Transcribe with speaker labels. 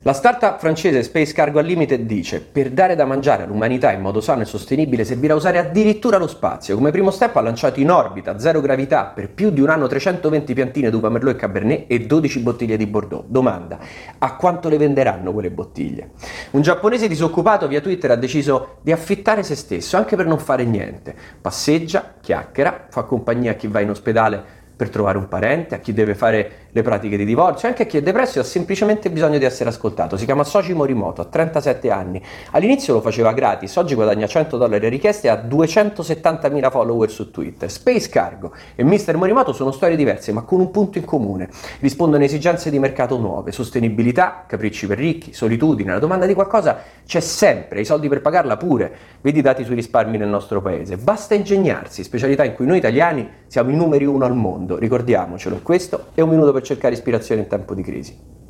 Speaker 1: La startup francese Space Cargo Unlimited dice: per dare da mangiare all'umanità in modo sano e sostenibile servirà usare addirittura lo spazio. Come primo step ha lanciato in orbita a zero gravità per più di un anno 320 piantine d'uva Merlot e Cabernet e 12 bottiglie di Bordeaux. Domanda: a quanto le venderanno quelle bottiglie? Un giapponese disoccupato via Twitter ha deciso di affittare se stesso anche per non fare niente. Passeggia, chiacchiera, fa compagnia a chi va in ospedale per trovare un parente, a chi deve fare le pratiche di divorzio, anche a chi è depresso e ha semplicemente bisogno di essere ascoltato. Si chiama Soji Morimoto, ha 37 anni. All'inizio lo faceva gratis, oggi guadagna $100 a richiesta e ha 270.000 follower su Twitter. Space Cargo e Mr. Morimoto sono storie diverse, ma con un punto in comune. Rispondono a esigenze di mercato nuove, sostenibilità, capricci per ricchi, solitudine. La domanda di qualcosa c'è sempre, i soldi per pagarla pure. Vedi i dati sui risparmi nel nostro paese. Basta ingegnarsi, specialità in cui noi italiani siamo i numeri uno al mondo. Ricordiamocelo, questo è un minuto per cercare ispirazione in tempo di crisi.